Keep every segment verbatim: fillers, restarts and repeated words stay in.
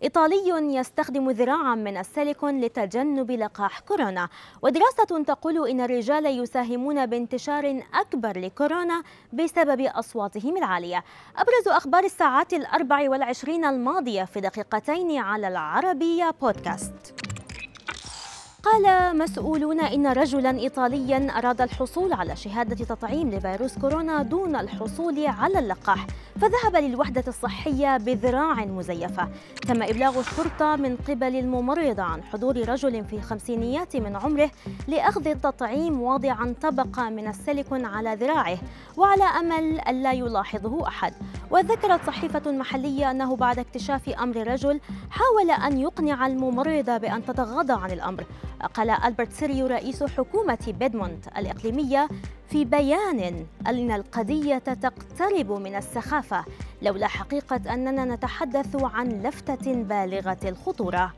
إيطالي يستخدم ذراعا من السيليكون لتجنب لقاح كورونا. ودراسة تقول إن الرجال يساهمون بانتشار أكبر لكورونا بسبب أصواتهم العالية. أبرز أخبار الساعات الأربع والعشرين الماضية في دقيقتين على العربية بودكاست. قال مسؤولون إن رجلاً إيطالياً أراد الحصول على شهادة تطعيم لفيروس كورونا دون الحصول على اللقاح، فذهب للوحدة الصحية بذراع مزيفة. تم إبلاغ الشرطة من قبل الممرضة عن حضور رجل في الخمسينيات من عمره لأخذ التطعيم واضعاً طبقة من السيليكون على ذراعه، وعلى أمل ألا يلاحظه أحد. وذكرت صحيفة محلية أنه بعد اكتشاف أمر الرجل حاول أن يقنع الممرضة بأن تتغاضى عن الأمر. قال ألبرت سيريو رئيس حكومة بيدمونت الإقليمية في بيان أن القضية تقترب من السخافة، لولا حقيقة أننا نتحدث عن لفتة بالغة الخطورة.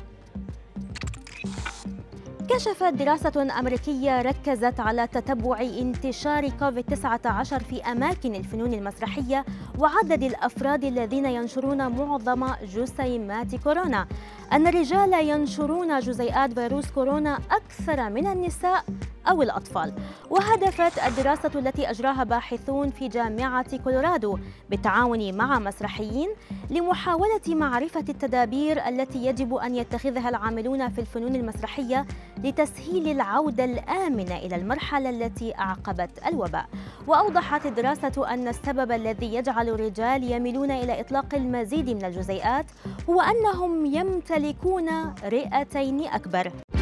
كشفت دراسة أمريكية ركزت على تتبع انتشار كوفيد تسعة عشر في أماكن الفنون المسرحية وعدد الأفراد الذين ينشرون معظم جسيمات كورونا أن الرجال ينشرون جزيئات فيروس كورونا أكثر من النساء أو الأطفال. وهدفت الدراسة التي أجراها باحثون في جامعة كولورادو بالتعاون مع مسرحيين لمحاولة معرفة التدابير التي يجب أن يتخذها العاملون في الفنون المسرحية لتسهيل العودة الآمنة إلى المرحلة التي أعقبت الوباء. وأوضحت الدراسة أن السبب الذي يجعل الرجال يميلون إلى إطلاق المزيد من الجزيئات هو أنهم يمتلكون رئتين أكبر.